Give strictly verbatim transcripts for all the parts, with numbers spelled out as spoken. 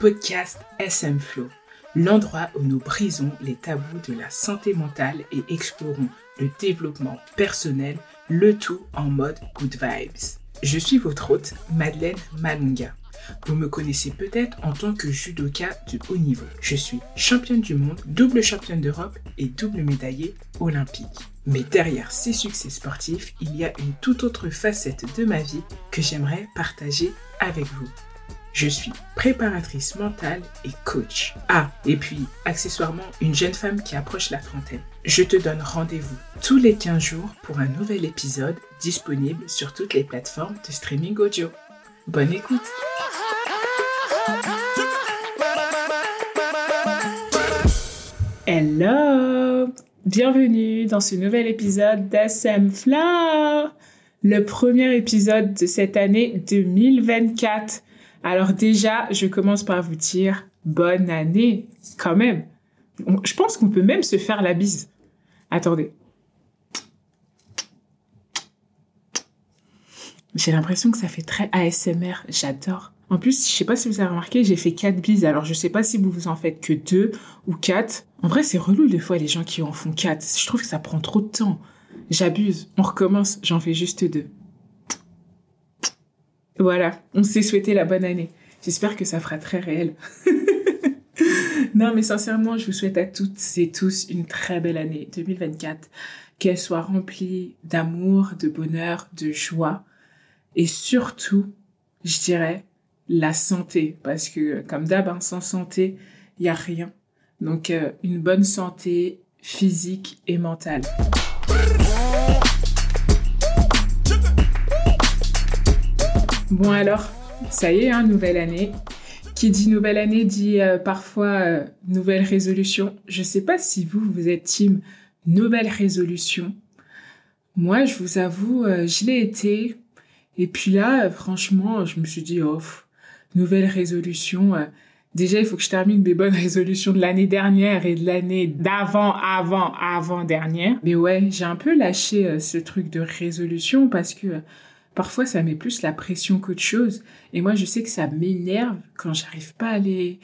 podcast S M Flow, l'endroit où nous brisons les tabous de la santé mentale et explorons le développement personnel, le tout en mode good vibes. Je suis votre hôte, Madeleine Malunga. Vous me connaissez peut-être en tant que judoka de haut niveau. Je suis championne du monde, double championne d'Europe et double médaillée olympique. Mais derrière ces succès sportifs, il y a une toute autre facette de ma vie que j'aimerais partager avec vous. Je suis préparatrice mentale et coach. Ah, et puis, accessoirement, une jeune femme qui approche la trentaine. Je te donne rendez-vous tous les quinze jours pour un nouvel épisode disponible sur toutes les plateformes de streaming audio. Bonne écoute! Hello! Bienvenue dans ce nouvel épisode d'S M Flow, le premier épisode de cette année deux mille vingt-quatre. Alors déjà, je commence par vous dire bonne année, quand même. Je pense qu'on peut même se faire la bise. Attendez. J'ai l'impression que ça fait très A S M R, j'adore. En plus, je sais pas si vous avez remarqué, j'ai fait quatre bises. Alors je sais pas si vous vous en faites que deux ou quatre. En vrai, c'est relou des fois les gens qui en font quatre. Je trouve que ça prend trop de temps. J'abuse. On recommence, j'en fais juste deux. Voilà, on s'est souhaité la bonne année. J'espère que ça fera très réel. Non, mais sincèrement, je vous souhaite à toutes et tous une très belle année deux mille vingt-quatre. Qu'elle soit remplie d'amour, de bonheur, de joie. Et surtout, je dirais, la santé. Parce que, comme d'hab, hein, sans santé, il n'y a rien. Donc, euh, une bonne santé physique et mentale. Bon alors, ça y est, hein, nouvelle année. Qui dit nouvelle année dit euh, parfois euh, nouvelle résolution. Je sais pas si vous, vous êtes team nouvelle résolution. Moi, je vous avoue, euh, je l'ai été. Et puis là, euh, franchement, je me suis dit, oh, pff, nouvelle résolution. Euh, déjà, il faut que je termine mes bonnes résolutions de l'année dernière et de l'année d'avant, avant, avant dernière. Mais ouais, j'ai un peu lâché euh, ce truc de résolution parce que... Euh, Parfois, ça met plus la pression qu'autre chose. Et moi, je sais que ça m'énerve quand j'arrive pas à les,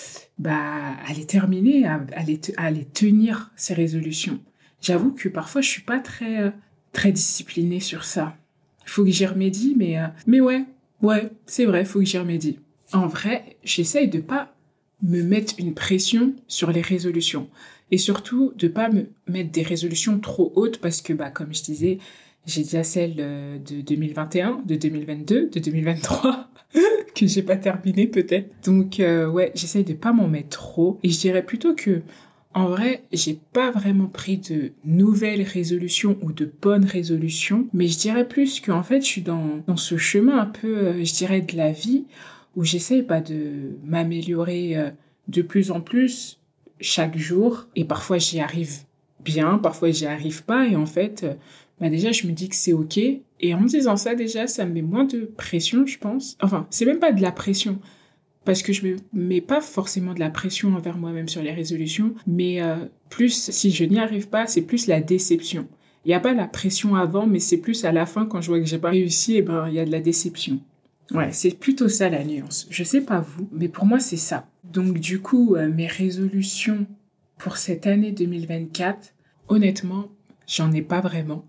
bah, à les terminer, à, à, les, à les tenir, ces résolutions. J'avoue que parfois, je suis pas très, euh, très disciplinée sur ça. Il faut que j'y remédie, mais, euh, mais ouais, ouais, c'est vrai, il faut que j'y remédie. En vrai, j'essaye de pas me mettre une pression sur les résolutions. Et surtout, de pas me mettre des résolutions trop hautes parce que, bah, comme je disais, j'ai déjà celle de deux mille vingt et un, de deux mille vingt-deux, de deux mille vingt-trois, que j'ai pas terminé peut-être. Donc euh, ouais, j'essaye de pas m'en mettre trop. Et je dirais plutôt que, en vrai, j'ai pas vraiment pris de nouvelles résolutions ou de bonnes résolutions. Mais je dirais plus qu'en fait, je suis dans, dans ce chemin un peu, euh, je dirais, de la vie, où j'essaye pas de m'améliorer euh, de plus en plus chaque jour. Et parfois, j'y arrive bien, parfois, j'y arrive pas. Et en fait... Euh, bah déjà, je me dis que c'est OK. Et en me disant ça, déjà, ça me met moins de pression, je pense. Enfin, c'est même pas de la pression. Parce que je me mets pas forcément de la pression envers moi-même sur les résolutions. Mais euh, plus, si je n'y arrive pas, c'est plus la déception. Il n'y a pas la pression avant, mais c'est plus à la fin, quand je vois que j'ai pas réussi, et ben, il y a de la déception. Ouais, c'est plutôt ça la nuance. Je sais pas vous, mais pour moi, c'est ça. Donc, du coup, euh, mes résolutions pour cette année deux mille vingt-quatre, honnêtement, j'en ai pas vraiment.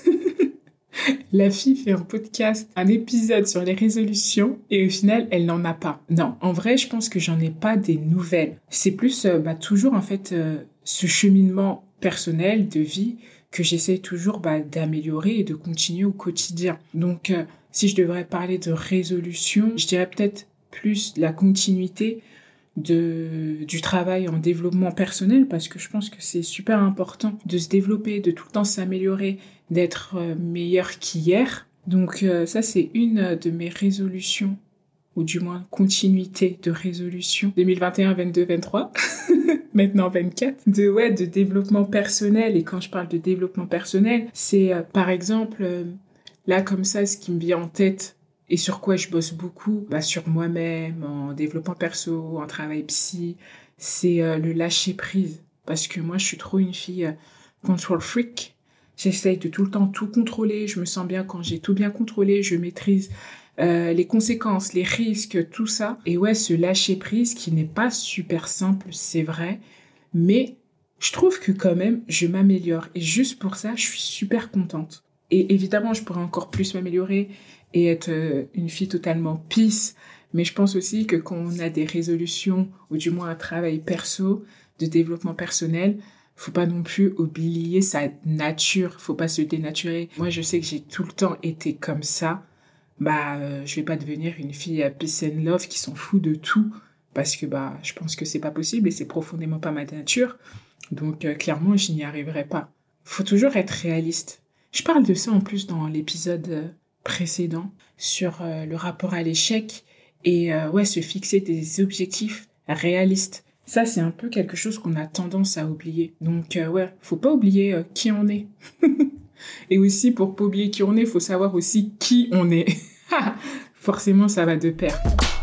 La fille fait un podcast, un épisode sur les résolutions et au final, elle n'en a pas. Non, en vrai, je pense que j'en ai pas des nouvelles. C'est plus euh, bah, toujours en fait euh, ce cheminement personnel de vie que j'essaie toujours bah, d'améliorer et de continuer au quotidien. Donc, euh, si je devrais parler de résolution, je dirais peut-être plus la continuité de du travail en développement personnel parce que je pense que c'est super important de se développer, de tout le temps s'améliorer, d'être euh, meilleur qu'hier. Donc euh, ça c'est une de mes résolutions ou du moins continuité de résolution deux mille vingt et un, vingt-deux, vingt-trois maintenant vingt-quatre de ouais de développement personnel. Et quand je parle de développement personnel, c'est euh, par exemple euh, là comme ça ce qui me vient en tête et sur quoi je bosse beaucoup, bah sur moi-même, en développement perso, en travail psy, c'est euh, le lâcher prise. Parce que moi, je suis trop une fille euh, control freak. J'essaye de tout le temps tout contrôler. Je me sens bien quand j'ai tout bien contrôlé. Je maîtrise euh, les conséquences, les risques, tout ça. Et ouais, ce lâcher prise qui n'est pas super simple, c'est vrai, mais je trouve que quand même, je m'améliore. Et juste pour ça, je suis super contente. Et évidemment, je pourrais encore plus m'améliorer et être euh, une fille totalement peace. Mais je pense aussi que quand on a des résolutions, ou du moins un travail perso, de développement personnel, faut pas non plus oublier sa nature. Faut pas se dénaturer. Moi, je sais que j'ai tout le temps été comme ça. Bah, euh, je vais pas devenir une fille à peace and love qui s'en fout de tout. Parce que bah, je pense que c'est pas possible et c'est profondément pas ma nature. Donc, euh, clairement, je n'y arriverai pas. Faut toujours être réaliste. Je parle de ça en plus dans l'épisode euh, précédent sur euh, le rapport à l'échec et euh, ouais, se fixer des objectifs réalistes. Ça, c'est un peu quelque chose qu'on a tendance à oublier. Donc, euh, ouais, faut pas oublier euh, qui on est. Et aussi, pour pas oublier qui on est, faut savoir aussi qui on est. Forcément, ça va de pair.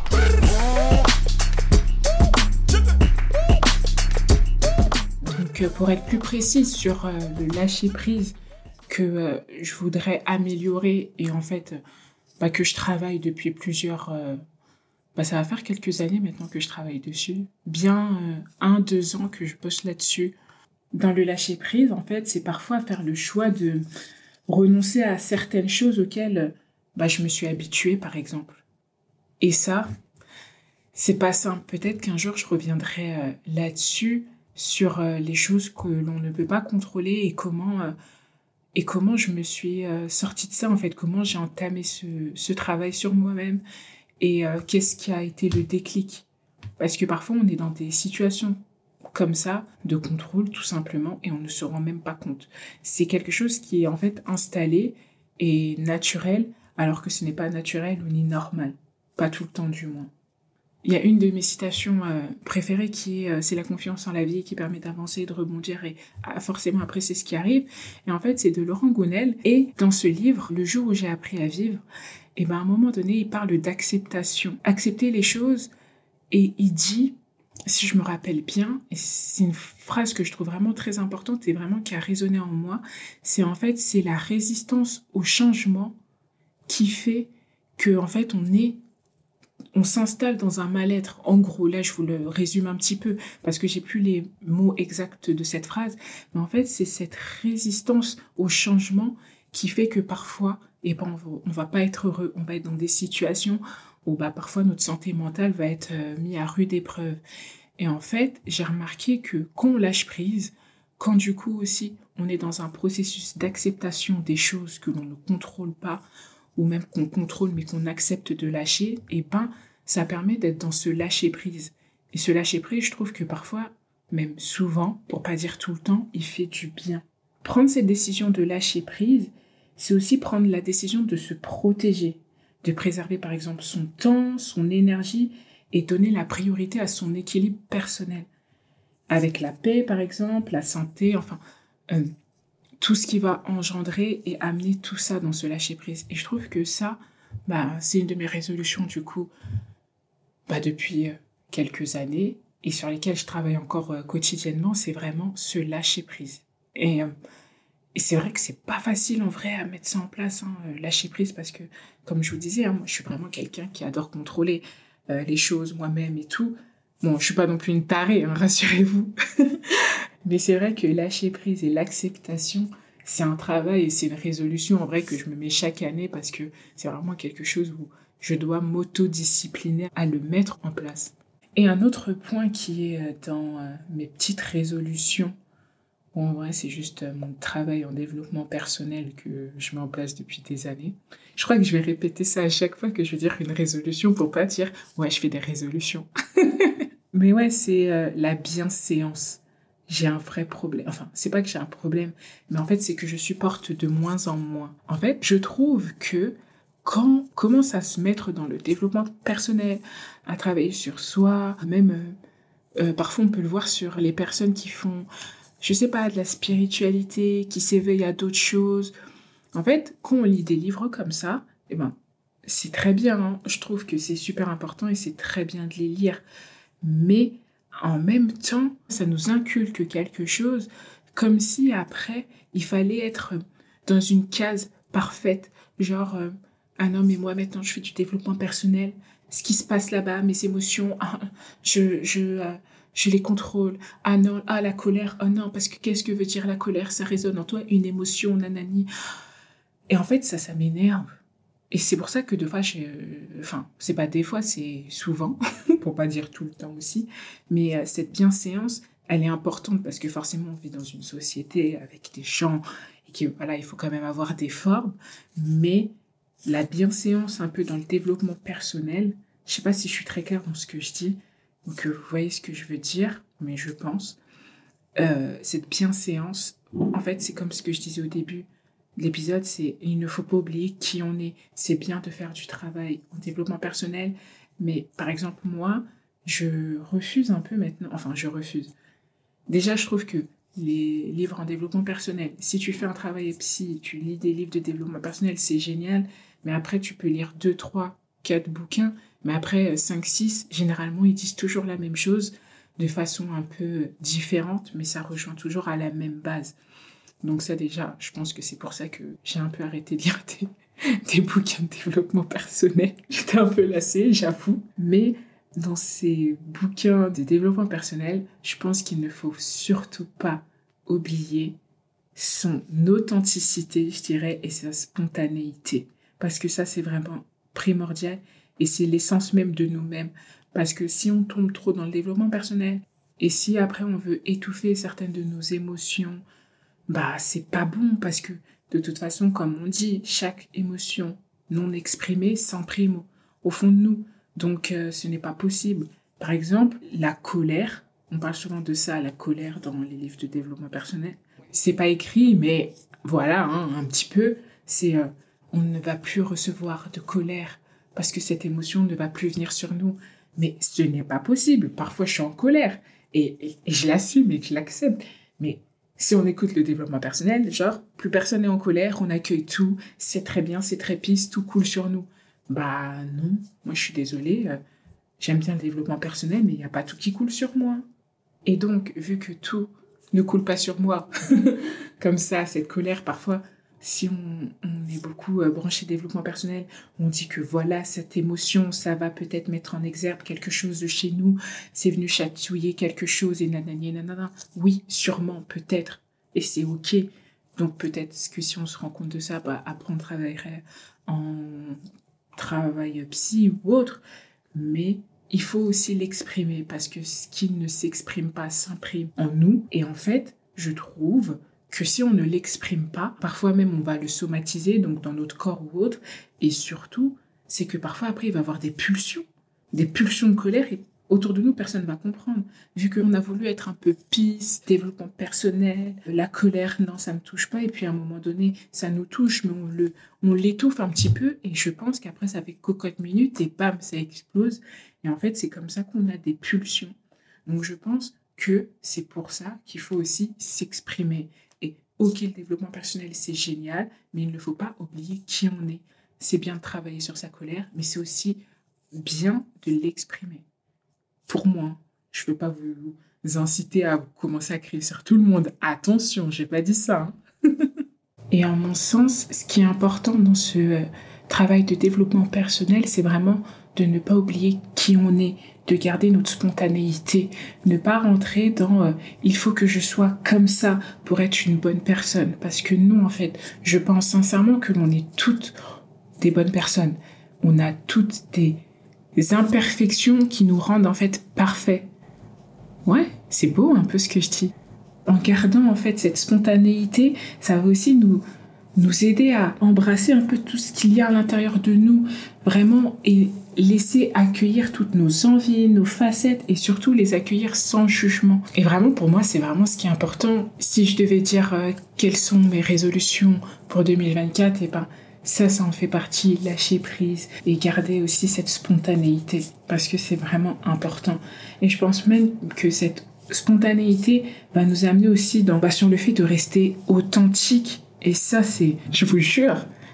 Donc, pour être plus précise sur euh, le lâcher-prise que euh, je voudrais améliorer et en fait, euh, bah, que je travaille depuis plusieurs... Euh, bah, ça va faire quelques années maintenant que je travaille dessus. Bien euh, un, deux ans que je bosse là-dessus. Dans le lâcher-prise, en fait, c'est parfois faire le choix de renoncer à certaines choses auxquelles bah, je me suis habituée, par exemple. Et ça, c'est pas simple. Peut-être qu'un jour, je reviendrai euh, là-dessus, sur euh, les choses que l'on ne peut pas contrôler et comment, euh, et comment je me suis euh, sortie de ça, en fait. Comment j'ai entamé ce, ce travail sur moi-même et euh, qu'est-ce qui a été le déclic. Parce que parfois, on est dans des situations comme ça, de contrôle, tout simplement, et on ne se rend même pas compte. C'est quelque chose qui est en fait installé et naturel, alors que ce n'est pas naturel ou ni normal. Pas tout le temps, du moins. Il y a une de mes citations euh, préférées qui est euh, « c'est la confiance en la vie qui permet d'avancer, de rebondir et ah, forcément après c'est ce qui arrive ». Et en fait, c'est de Laurent Gounel. Et dans ce livre, Le jour où j'ai appris à vivre, et ben à un moment donné, il parle d'acceptation. Accepter les choses, et il dit, si je me rappelle bien, et c'est une phrase que je trouve vraiment très importante et vraiment qui a résonné en moi, c'est en fait, c'est la résistance au changement qui fait que en fait, on est on s'installe dans un mal-être. En gros, là, je vous le résume un petit peu parce que j'ai plus les mots exacts de cette phrase. Mais en fait, c'est cette résistance au changement qui fait que parfois, eh ben, on va, on va pas être heureux. On va être dans des situations où bah, parfois notre santé mentale va être euh, mise à rude épreuve. Et en fait, j'ai remarqué que quand on lâche prise, quand du coup aussi, on est dans un processus d'acceptation des choses que l'on ne contrôle pas, ou même qu'on contrôle mais qu'on accepte de lâcher, et ben ça permet d'être dans ce lâcher-prise. Et ce lâcher-prise, je trouve que parfois, même souvent, pour pas dire tout le temps, il fait du bien. Prendre cette décision de lâcher-prise, c'est aussi prendre la décision de se protéger, de préserver par exemple son temps, son énergie, et donner la priorité à son équilibre personnel. Avec la paix par exemple, la santé, enfin... Euh, tout ce qui va engendrer et amener tout ça dans ce lâcher-prise. Et je trouve que ça, bah, c'est une de mes résolutions, du coup, bah, depuis quelques années, et sur lesquelles je travaille encore euh, quotidiennement, c'est vraiment ce lâcher-prise. Et, euh, et c'est vrai que c'est pas facile, en vrai, à mettre ça en place, hein, lâcher-prise, parce que, comme je vous disais, hein, moi, je suis vraiment quelqu'un qui adore contrôler euh, les choses moi-même et tout. Bon, je suis pas non plus une tarée, hein, rassurez-vous. Mais c'est vrai que lâcher prise et l'acceptation, c'est un travail et c'est une résolution en vrai que je me mets chaque année parce que c'est vraiment quelque chose où je dois m'autodiscipliner à le mettre en place. Et un autre point qui est dans mes petites résolutions, bon, en vrai c'est juste mon travail en développement personnel que je mets en place depuis des années. Je crois que je vais répéter ça à chaque fois que je vais dire une résolution pour pas dire « ouais, je fais des résolutions ». Mais ouais, c'est euh, la bienséance. J'ai un vrai problème. Enfin, c'est pas que j'ai un problème, mais en fait, c'est que je supporte de moins en moins. En fait, je trouve que quand on commence à se mettre dans le développement personnel, à travailler sur soi, même euh, euh, parfois on peut le voir sur les personnes qui font, je sais pas, de la spiritualité, qui s'éveillent à d'autres choses. En fait, quand on lit des livres comme ça, eh ben, c'est très bien. Hein. Je trouve que c'est super important et c'est très bien de les lire. Mais en même temps, ça nous inculque quelque chose comme si après, il fallait être dans une case parfaite. Genre, euh, ah non, mais moi maintenant je fais du développement personnel. Ce qui se passe là-bas, mes émotions, ah, je, je, euh, je les contrôle. Ah non, ah la colère, oh non, parce que qu'est-ce que veut dire la colère? Ça résonne en toi, une émotion, nanani. Et en fait, ça, ça m'énerve. Et c'est pour ça que des fois, j'ai, euh, enfin, c'est pas des fois, c'est souvent, pour pas dire tout le temps aussi, mais euh, cette bienséance, elle est importante parce que forcément, on vit dans une société avec des gens et que voilà, il faut quand même avoir des formes, mais la bienséance un peu dans le développement personnel, je sais pas si je suis très claire dans ce que je dis, donc euh, vous voyez ce que je veux dire, mais je pense, euh, cette bienséance, en fait, c'est comme ce que je disais au début, l'épisode, c'est il ne faut pas oublier qui on est. C'est bien de faire du travail en développement personnel, mais par exemple, moi, je refuse un peu maintenant, enfin, je refuse. Déjà, je trouve que les livres en développement personnel, si tu fais un travail psy, tu lis des livres de développement personnel, c'est génial, mais après, tu peux lire deux, trois, quatre bouquins, mais après, cinq, six, généralement, ils disent toujours la même chose de façon un peu différente, mais ça rejoint toujours à la même base. Donc ça déjà, je pense que c'est pour ça que j'ai un peu arrêté de lire des, des bouquins de développement personnel. J'étais un peu lassée, j'avoue. Mais dans ces bouquins de développement personnel, je pense qu'il ne faut surtout pas oublier son authenticité, je dirais, et sa spontanéité. Parce que ça, c'est vraiment primordial et c'est l'essence même de nous-mêmes. Parce que si on tombe trop dans le développement personnel et si après on veut étouffer certaines de nos émotions, bah c'est pas bon parce que de toute façon, comme on dit, chaque émotion non exprimée s'imprime au, au fond de nous. Donc euh, ce n'est pas possible. Par exemple, la colère, on parle souvent de ça, la colère dans les livres de développement personnel. C'est pas écrit, mais voilà, hein, un petit peu, c'est euh, on ne va plus recevoir de colère parce que cette émotion ne va plus venir sur nous. Mais ce n'est pas possible. Parfois, je suis en colère et, et, et je l'assume et je l'accepte. Mais si on écoute le développement personnel, genre, plus personne n'est en colère, on accueille tout, c'est très bien, c'est très pisse, tout coule sur nous. Bah non, moi je suis désolée, euh, j'aime bien le développement personnel, mais il n'y a pas tout qui coule sur moi. Et donc, vu que tout ne coule pas sur moi, comme ça, cette colère, parfois, si on, on est beaucoup euh, branché développement personnel, on dit que voilà, cette émotion, ça va peut-être mettre en exergue quelque chose de chez nous, c'est venu chatouiller quelque chose et nanani nanana. Oui, sûrement, peut-être, et c'est ok. Donc peut-être que si on se rend compte de ça, bah, après on travaillerait en travail psy ou autre, mais il faut aussi l'exprimer parce que ce qui ne s'exprime pas s'imprime en nous. Et en fait, je trouve que si on ne l'exprime pas, parfois même on va le somatiser, donc dans notre corps ou autre, et surtout, c'est que parfois après il va y avoir des pulsions, des pulsions de colère, et autour de nous, personne ne va comprendre. Vu qu'on a voulu être un peu peace, développement personnel, la colère, non, ça ne me touche pas, et puis à un moment donné, ça nous touche, mais on, le, on l'étouffe un petit peu, et je pense qu'après ça fait cocotte minute, et bam, ça explose, et en fait c'est comme ça qu'on a des pulsions. Donc je pense que c'est pour ça qu'il faut aussi s'exprimer. Et ok, le développement personnel, c'est génial, mais il ne faut pas oublier qui on est. C'est bien de travailler sur sa colère, mais c'est aussi bien de l'exprimer. Pour moi, je ne veux pas vous inciter à commencer à crier sur tout le monde. Attention, je n'ai pas dit ça. Hein. Et en mon sens, ce qui est important dans ce euh, travail de développement personnel, c'est vraiment de ne pas oublier qui on est, de garder notre spontanéité, ne pas rentrer dans euh, « il faut que je sois comme ça pour être une bonne personne ». Parce que non, en fait, je pense sincèrement que l'on est toutes des bonnes personnes. On a toutes des, des imperfections qui nous rendent en fait parfaits. Ouais, c'est beau un peu ce que je dis. En gardant en fait cette spontanéité, ça va aussi nous, nous aider à embrasser un peu tout ce qu'il y a à l'intérieur de nous, vraiment, et laisser accueillir toutes nos envies, nos facettes, et surtout les accueillir sans jugement. Et vraiment, pour moi, c'est vraiment ce qui est important. Si je devais dire euh, quelles sont mes résolutions pour deux mille vingt-quatre, et ben, ça, ça en fait partie, lâcher prise et garder aussi cette spontanéité, parce que c'est vraiment important. Et je pense même que cette spontanéité va nous amener aussi dans, bah, sur le fait de rester authentique. Et ça, c'est, je vous jure,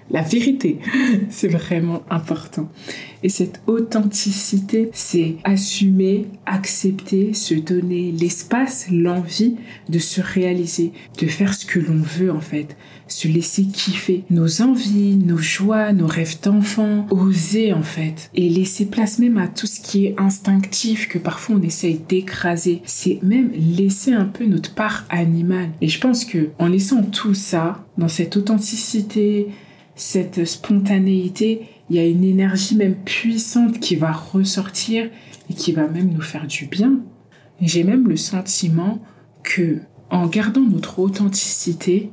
la vérité. C'est vraiment important. Et cette authenticité, c'est assumer, accepter, se donner l'espace, l'envie de se réaliser, de faire ce que l'on veut en fait, se laisser kiffer nos envies, nos joies, nos rêves d'enfant, oser en fait, et laisser place même à tout ce qui est instinctif que parfois on essaye d'écraser. C'est même laisser un peu notre part animale. Et je pense que en laissant tout ça, dans cette authenticité, cette spontanéité, il y a une énergie même puissante qui va ressortir et qui va même nous faire du bien. Et j'ai même le sentiment que en gardant notre authenticité,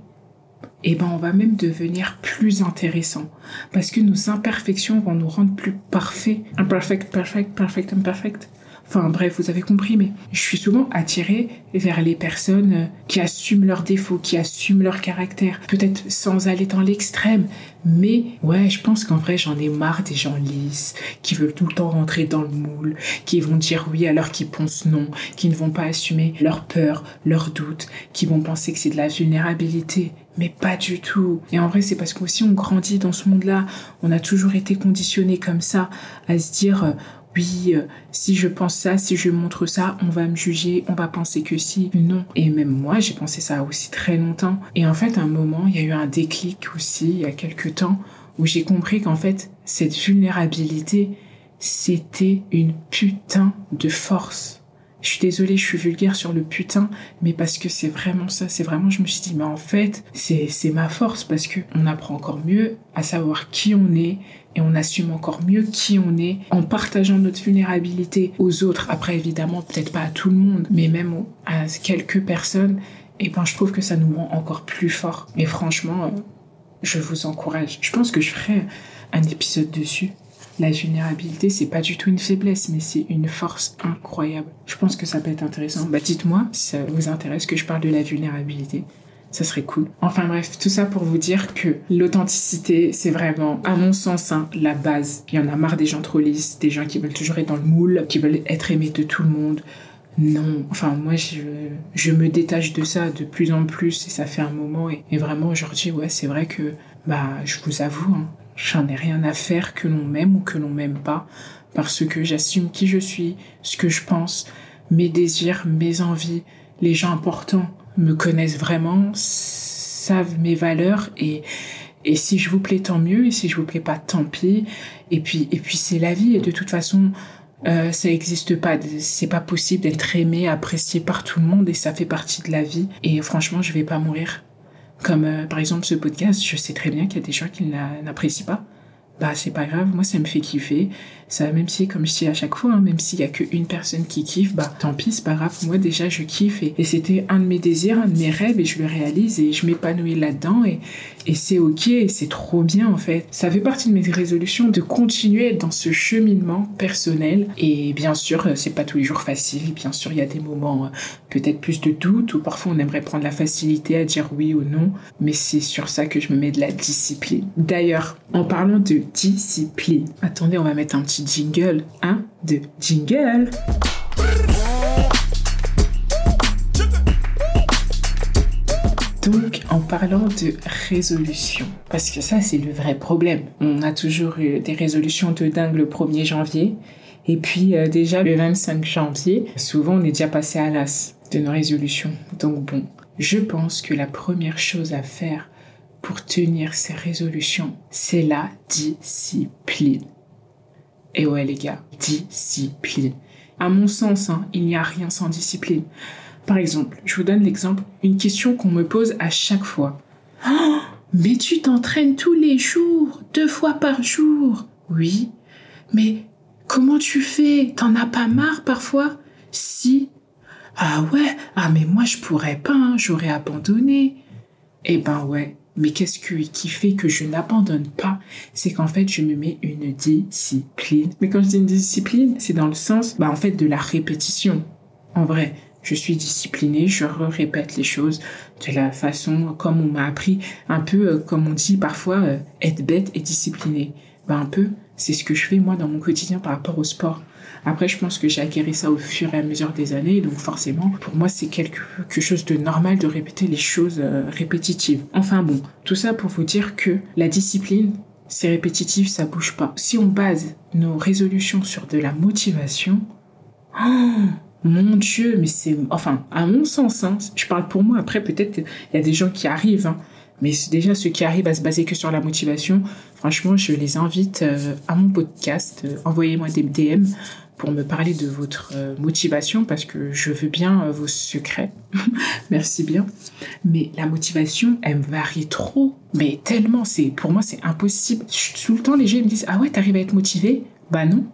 eh ben on va même devenir plus intéressant parce que nos imperfections vont nous rendre plus parfaits. Imperfect, perfect, perfect, imperfect. Enfin bref, vous avez compris, mais je suis souvent attirée vers les personnes qui assument leurs défauts, qui assument leur caractère, peut-être sans aller dans l'extrême, mais ouais, je pense qu'en vrai, j'en ai marre des gens lisses, qui veulent tout le temps rentrer dans le moule, qui vont dire oui alors qu'ils pensent non, qui ne vont pas assumer leurs peurs, leurs doutes, qui vont penser que c'est de la vulnérabilité. Mais pas du tout. Et en vrai, c'est parce qu'aussi on grandit dans ce monde-là, on a toujours été conditionné comme ça, à se dire... Euh, oui, euh, si je pense ça, si je montre ça, on va me juger, on va penser que si, non. Et même moi, j'ai pensé ça aussi très longtemps. Et en fait, à un moment, il y a eu un déclic aussi, il y a quelques temps, où j'ai compris qu'en fait, cette vulnérabilité, c'était une putain de force. Je suis désolée, je suis vulgaire sur le putain, mais parce que c'est vraiment ça, c'est vraiment, je me suis dit, mais en fait, c'est, c'est ma force, parce que on apprend encore mieux à savoir qui on est, et on assume encore mieux qui on est en partageant notre vulnérabilité aux autres. Après, évidemment, peut-être pas à tout le monde, mais même à quelques personnes. Et ben, je trouve que ça nous rend encore plus forts. Et franchement, je vous encourage. Je pense que je ferai un épisode dessus. La vulnérabilité, c'est pas du tout une faiblesse, mais c'est une force incroyable. Je pense que ça peut être intéressant. Bah, dites-moi si ça vous intéresse que je parle de la vulnérabilité. Ça serait cool. Enfin bref, tout ça pour vous dire que l'authenticité, c'est vraiment, à mon sens, hein, la base. Il y en a marre des gens trop lisses, des gens qui veulent toujours être dans le moule, qui veulent être aimés de tout le monde. Non, enfin moi, je, je me détache de ça de plus en plus et ça fait un moment. Et, et vraiment, aujourd'hui, ouais, c'est vrai que, bah, je vous avoue, hein, j'en ai rien à faire que l'on m'aime ou que l'on m'aime pas. Parce que j'assume qui je suis, ce que je pense, mes désirs, mes envies, les gens importants me connaissent vraiment, savent mes valeurs et, et si je vous plais, tant mieux, et si je vous plais pas, tant pis. Et puis, et puis c'est la vie, et de toute façon, euh, ça existe pas, c'est pas possible d'être aimé, apprécié par tout le monde, et ça fait partie de la vie. Et franchement, je vais pas mourir. Comme euh, par exemple ce podcast, je sais très bien qu'il y a des gens qui n'apprécient pas. Bah c'est pas grave, moi ça me fait kiffer. Ça, même si, comme je dis à chaque fois, hein, même s'il y a qu'une personne qui kiffe, bah tant pis, c'est pas grave. Moi déjà je kiffe et, et c'était un de mes désirs, un de mes rêves et je le réalise et je m'épanouis là-dedans et, et c'est ok et c'est trop bien en fait. Ça fait partie de mes résolutions de continuer dans ce cheminement personnel et bien sûr c'est pas tous les jours facile. Bien sûr il y a des moments euh, peut-être plus de doute ou parfois on aimerait prendre la facilité à dire oui ou non, mais c'est sur ça que je me mets de la discipline. D'ailleurs, en parlant de discipline, attendez, on va mettre un petit jingle, un, deux, jingle. Donc, en parlant de résolution, parce que ça, c'est le vrai problème. On a toujours eu des résolutions de dingue le premier janvier, et puis euh, déjà le vingt-cinq janvier, souvent on est déjà passé à l'as de nos résolutions. Donc bon, je pense que la première chose à faire pour tenir ces résolutions, c'est la discipline. Et ouais les gars, discipline. À mon sens, hein, il n'y a rien sans discipline. Par exemple, je vous donne l'exemple, une question qu'on me pose à chaque fois. Oh, mais tu t'entraînes tous les jours, deux fois par jour. Oui, mais comment tu fais? T'en as pas marre parfois? Si. Ah ouais, ah mais moi je pourrais pas, hein, j'aurais abandonné. Eh ben ouais. Mais qu'est-ce que, qui fait que je n'abandonne pas? C'est qu'en fait, je me mets une discipline. Mais quand je dis une discipline, c'est dans le sens, bah, en fait, de la répétition. En vrai, je suis disciplinée, je répète les choses de la façon comme on m'a appris, un peu euh, comme on dit parfois, euh, être bête et discipliné. Bah, un peu, C'est ce que je fais, moi, dans mon quotidien par rapport au sport. Après, je pense que j'ai acquéri ça au fur et à mesure des années. Donc, forcément, pour moi, c'est quelque, quelque chose de normal de répéter les choses euh, répétitives. Enfin bon, tout ça pour vous dire que la discipline, c'est répétitif, ça bouge pas. Si on base nos résolutions sur de la motivation, oh, mon Dieu, mais c'est... Enfin, à mon sens, hein, je parle pour moi. Après, peut-être il y a des gens qui arrivent, hein, mais déjà, ceux qui arrivent à se baser que sur la motivation, franchement, je les invite euh, à mon podcast. Euh, envoyez-moi des D M pour me parler de votre euh, motivation parce que je veux bien euh, vos secrets. Merci bien. Mais la motivation, elle me varie trop. Mais tellement, c'est, pour moi, c'est impossible. Je, tout le temps, les gens me disent « Ah ouais, t'arrives à être motivé ?» Bah non.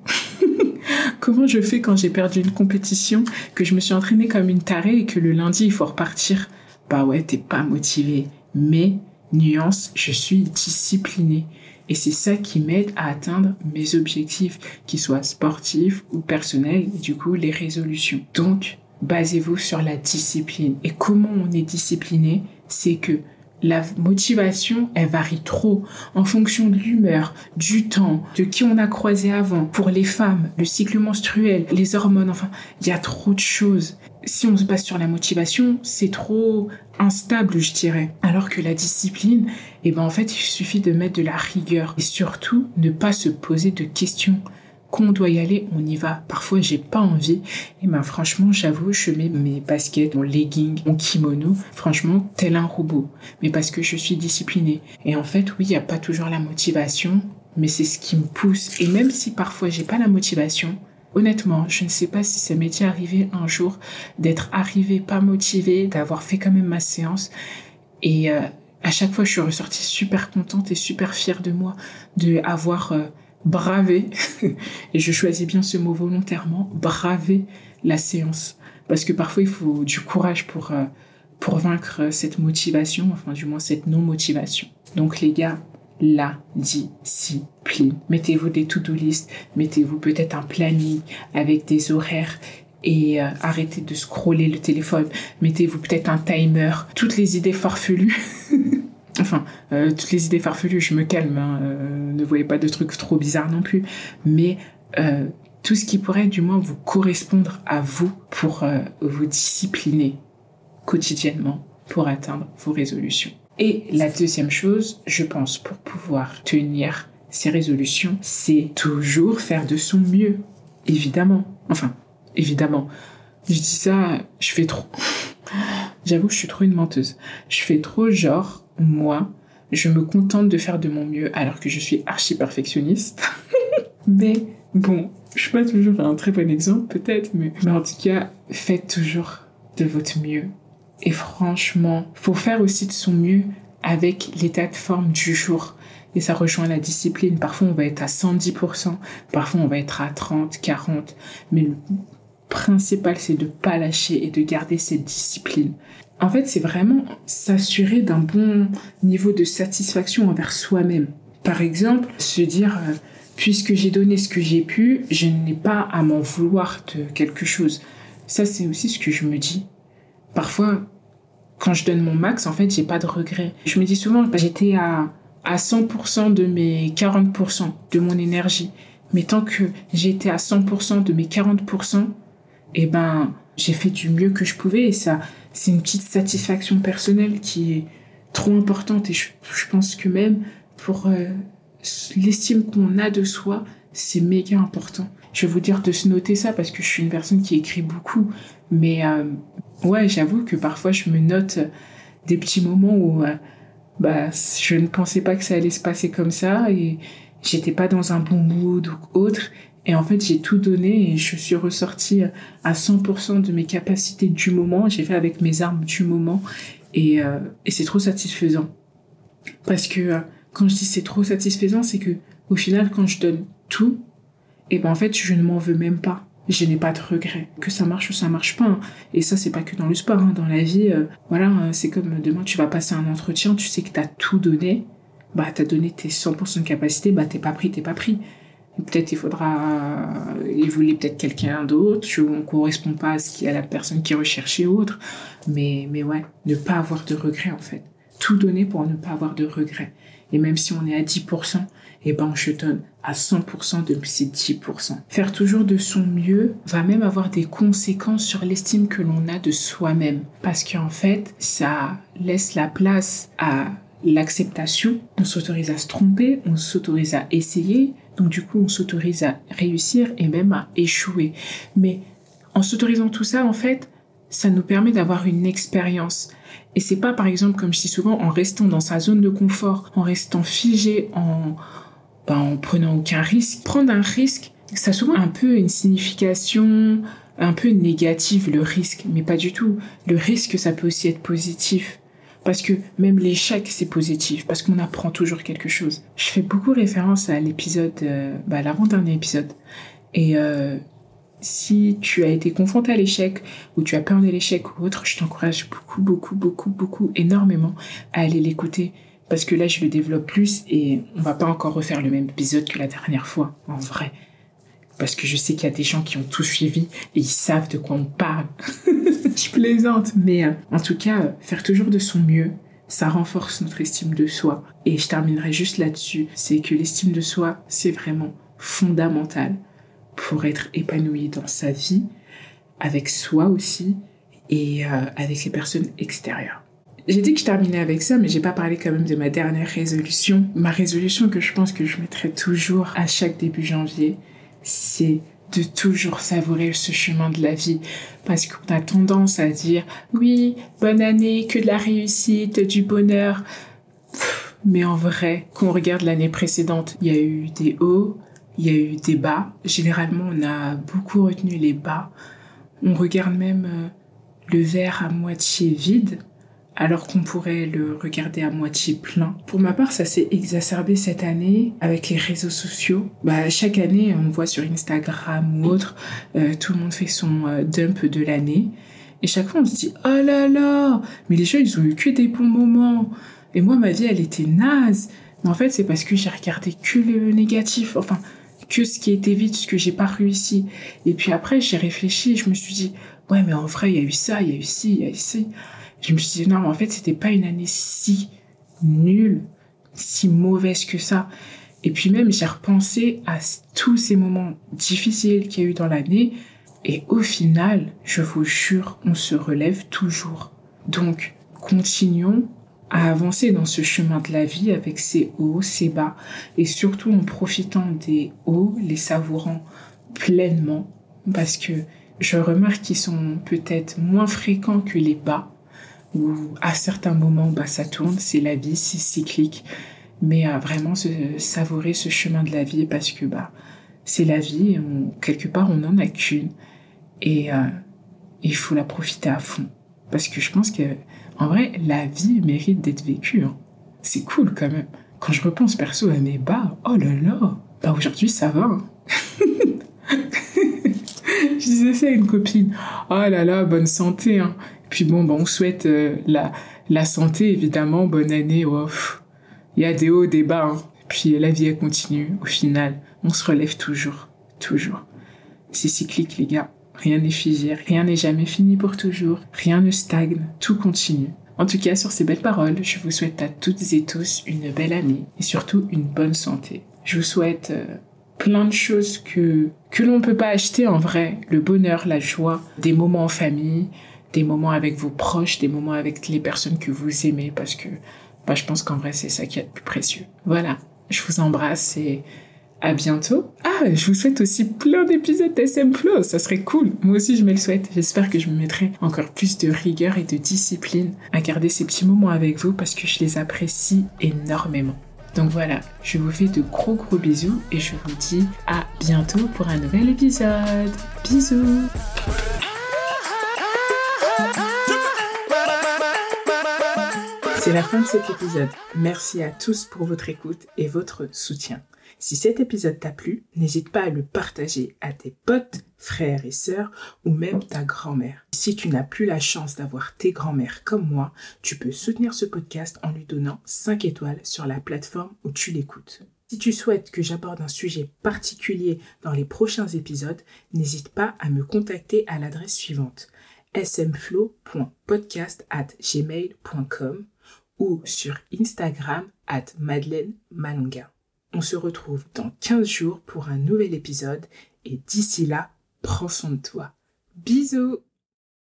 Comment je fais quand j'ai perdu une compétition, que je me suis entraînée comme une tarée et que le lundi, il faut repartir? Bah ouais, t'es pas motivé. Mais, nuance, je suis disciplinée. Et c'est ça qui m'aide à atteindre mes objectifs, qu'ils soient sportifs ou personnels, et du coup, les résolutions. Donc, basez-vous sur la discipline. Et comment on est discipliné? C'est que la motivation, elle varie trop en fonction de l'humeur, du temps, de qui on a croisé avant. Pour les femmes, le cycle menstruel, les hormones, enfin, il y a trop de choses. Si on se base sur la motivation, c'est trop instable, je dirais. Alors que la discipline, eh ben, en fait, il suffit de mettre de la rigueur. Et surtout, ne pas se poser de questions. Quand on doit y aller, on y va. Parfois, j'ai pas envie. Et ben, franchement, j'avoue, je mets mes baskets, mon legging, mon kimono, franchement, tel un robot. Mais parce que je suis disciplinée. Et en fait, oui, il n'y a pas toujours la motivation, mais c'est ce qui me pousse. Et même si parfois, j'ai pas la motivation, honnêtement, je ne sais pas si ça m'est déjà arrivé un jour d'être arrivée pas motivée, d'avoir fait quand même ma séance. Et euh, à chaque fois, je suis ressortie super contente et super fière de moi, de avoir... Euh, braver, et je choisis bien ce mot volontairement, braver la séance. Parce que parfois, il faut du courage pour, euh, pour vaincre cette motivation, enfin du moins cette non-motivation. Donc les gars, la discipline. Mettez-vous des to-do list, mettez-vous peut-être un planning avec des horaires et euh, arrêtez de scroller le téléphone. Mettez-vous peut-être un timer. Toutes les idées farfelues... Enfin, euh, toutes les idées farfelues, je me calme, hein, euh, ne voyez pas de trucs trop bizarres non plus, mais euh, tout ce qui pourrait du moins vous correspondre à vous pour euh, vous discipliner quotidiennement pour atteindre vos résolutions. Et la deuxième chose, je pense, pour pouvoir tenir ces résolutions, c'est toujours faire de son mieux, évidemment. Enfin, évidemment, je dis ça, je fais trop... J'avoue que je suis trop une menteuse. Je fais trop genre, moi, je me contente de faire de mon mieux alors que je suis archi perfectionniste. Mais bon, je suis pas toujours un très bon exemple peut-être, mais, mais en tout cas, faites toujours de votre mieux. Et franchement, faut faire aussi de son mieux avec l'état de forme du jour. Et ça rejoint la discipline. Parfois, on va être à cent dix pour cent. Parfois, on va être à trente, quarante. Mais le principal, c'est de pas lâcher et de garder cette discipline. En fait, c'est vraiment s'assurer d'un bon niveau de satisfaction envers soi-même. Par exemple, se dire, euh, puisque j'ai donné ce que j'ai pu, je n'ai pas à m'en vouloir de quelque chose. Ça, c'est aussi ce que je me dis. Parfois, quand je donne mon max, en fait, j'ai pas de regrets. Je me dis souvent, bah, j'étais à, à cent pour cent de mes quarante pour cent de mon énergie. Mais tant que j'ai été à cent pour cent de mes quarante pour cent, eh ben, j'ai fait du mieux que je pouvais. Et ça, c'est une petite satisfaction personnelle qui est trop importante. Et je, je pense que même pour euh, l'estime qu'on a de soi, c'est méga important. Je vais vous dire de se noter ça parce que je suis une personne qui écrit beaucoup. Mais euh, ouais, j'avoue que parfois je me note des petits moments où euh, bah, je ne pensais pas que ça allait se passer comme ça et j'étais pas dans un bon mood ou autre. Et en fait, j'ai tout donné et je suis ressortie à cent pour cent de mes capacités du moment. J'ai fait avec mes armes du moment et, euh, et c'est trop satisfaisant. Parce que euh, quand je dis c'est trop satisfaisant, c'est que au final, quand je donne tout, et ben en fait, je ne m'en veux même pas. Je n'ai pas de regrets. Que ça marche ou ça marche pas. Hein. Et ça, c'est pas que dans le sport. Hein. Dans la vie, euh, voilà, hein, c'est comme demain, tu vas passer un entretien, tu sais que t'as tout donné. Bah, t'as donné tes cent pour cent de capacité, bah, t'es pas pris, t'es pas pris. Peut-être il faudra évoluer peut-être quelqu'un d'autre, on ne correspond pas à ce qu'il y a la personne qui est recherchée ou autre. Mais, mais ouais, ne pas avoir de regrets en fait. Tout donner pour ne pas avoir de regrets. Et même si on est à dix pour cent, eh ben, je donne à cent pour cent de ces dix pour cent. Faire toujours de son mieux va même avoir des conséquences sur l'estime que l'on a de soi-même. Parce qu'en fait, ça laisse la place à l'acceptation. On s'autorise à se tromper, on s'autorise à essayer. Donc du coup, on s'autorise à réussir et même à échouer. Mais en s'autorisant tout ça, en fait, ça nous permet d'avoir une expérience. Et c'est pas, par exemple, comme je dis souvent, en restant dans sa zone de confort, en restant figé, en, ben, en prenant aucun risque. Prendre un risque, ça a souvent un peu une signification un peu négative, le risque, mais pas du tout. Le risque, ça peut aussi être positif. Parce que même l'échec, c'est positif, parce qu'on apprend toujours quelque chose. Je fais beaucoup référence à l'épisode, euh, bah, l'avant-dernier épisode. Et euh, si tu as été confronté à l'échec, ou tu as peur de l'échec ou autre, je t'encourage beaucoup, beaucoup, beaucoup, beaucoup, énormément à aller l'écouter. Parce que là, je le développe plus et on va pas encore refaire le même épisode que la dernière fois, en vrai. Parce que je sais qu'il y a des gens qui ont tout suivi et ils savent de quoi on parle. Je plaisante. Mais euh, en tout cas, euh, faire toujours de son mieux, ça renforce notre estime de soi. Et je terminerai juste là-dessus. C'est que l'estime de soi, c'est vraiment fondamental pour être épanoui dans sa vie, avec soi aussi, et euh, avec les personnes extérieures. J'ai dit que je terminais avec ça, mais j'ai pas parlé quand même de ma dernière résolution. Ma résolution que je pense que je mettrai toujours à chaque début janvier, c'est de toujours savourer ce chemin de la vie. Parce qu'on a tendance à dire « Oui, bonne année, que de la réussite, du bonheur. » Mais en vrai, quand on regarde l'année précédente, il y a eu des hauts, il y a eu des bas. Généralement, on a beaucoup retenu les bas. On regarde même euh, le verre à moitié vide, alors qu'on pourrait le regarder à moitié plein. Pour ma part, ça s'est exacerbé cette année avec les réseaux sociaux. Bah, chaque année, on voit sur Instagram ou autre, euh, tout le monde fait son euh, dump de l'année. Et chaque fois, on se dit « Oh là là, mais les gens, ils ont eu que des bons moments. » Et moi, ma vie, elle était naze. Mais en fait, c'est parce que j'ai regardé que le négatif. Enfin, que ce qui était vide, ce que j'ai pas réussi. Et puis après, j'ai réfléchi et je me suis dit « Ouais, mais en vrai, il y a eu ça, il y a eu ci, il y a eu ci. » Je me suis dit, non, mais en fait, c'était pas une année si nulle, si mauvaise que ça. Et puis même, j'ai repensé à tous ces moments difficiles qu'il y a eu dans l'année. Et au final, je vous jure, on se relève toujours. Donc, continuons à avancer dans ce chemin de la vie avec ses hauts, ses bas. Et surtout en profitant des hauts, les savourant pleinement. Parce que je remarque qu'ils sont peut-être moins fréquents que les bas. Où à certains moments, bah, ça tourne, c'est la vie, c'est cyclique. Mais à vraiment se, savourer ce chemin de la vie parce que bah, c'est la vie, on, quelque part on n'en a qu'une. Et euh, il faut la profiter à fond. Parce que je pense que en vrai, la vie mérite d'être vécue. Hein. C'est cool quand même. Quand je repense perso à mes bas, oh là là, bah aujourd'hui ça va. Hein. Je disais ça à une copine. Oh là là, bonne santé. Hein. Puis bon, bah, on souhaite euh, la, la santé, évidemment. Bonne année. Il oh, y a des hauts, des bas. Hein. Puis la vie, elle continue. Au final, on se relève toujours. Toujours. C'est cyclique, les gars. Rien n'est figé. Rien n'est jamais fini pour toujours. Rien ne stagne. Tout continue. En tout cas, sur ces belles paroles, je vous souhaite à toutes et tous une belle année. Et surtout, une bonne santé. Je vous souhaite... Euh, plein de choses que, que l'on ne peut pas acheter en vrai. Le bonheur, la joie, des moments en famille, des moments avec vos proches, des moments avec les personnes que vous aimez parce que bah, je pense qu'en vrai, c'est ça qui est le plus précieux. Voilà, je vous embrasse et à bientôt. Ah, je vous souhaite aussi plein d'épisodes d'S M Flow, ça serait cool. Moi aussi, je me le souhaite. J'espère que je me mettrai encore plus de rigueur et de discipline à garder ces petits moments avec vous parce que je les apprécie énormément. Donc voilà, je vous fais de gros gros bisous et je vous dis à bientôt pour un nouvel épisode. Bisous. C'est la fin de cet épisode. Merci à tous pour votre écoute et votre soutien. Si cet épisode t'a plu, n'hésite pas à le partager à tes potes, frères et sœurs ou même ta grand-mère. Si tu n'as plus la chance d'avoir tes grands-mères comme moi, tu peux soutenir ce podcast en lui donnant cinq étoiles sur la plateforme où tu l'écoutes. Si tu souhaites que j'aborde un sujet particulier dans les prochains épisodes, n'hésite pas à me contacter à l'adresse suivante s m flow point podcast arobase gmail point com ou sur Instagram arobase madeleine malonga. On se retrouve dans quinze jours pour un nouvel épisode et d'ici là, prends soin de toi. Bisous!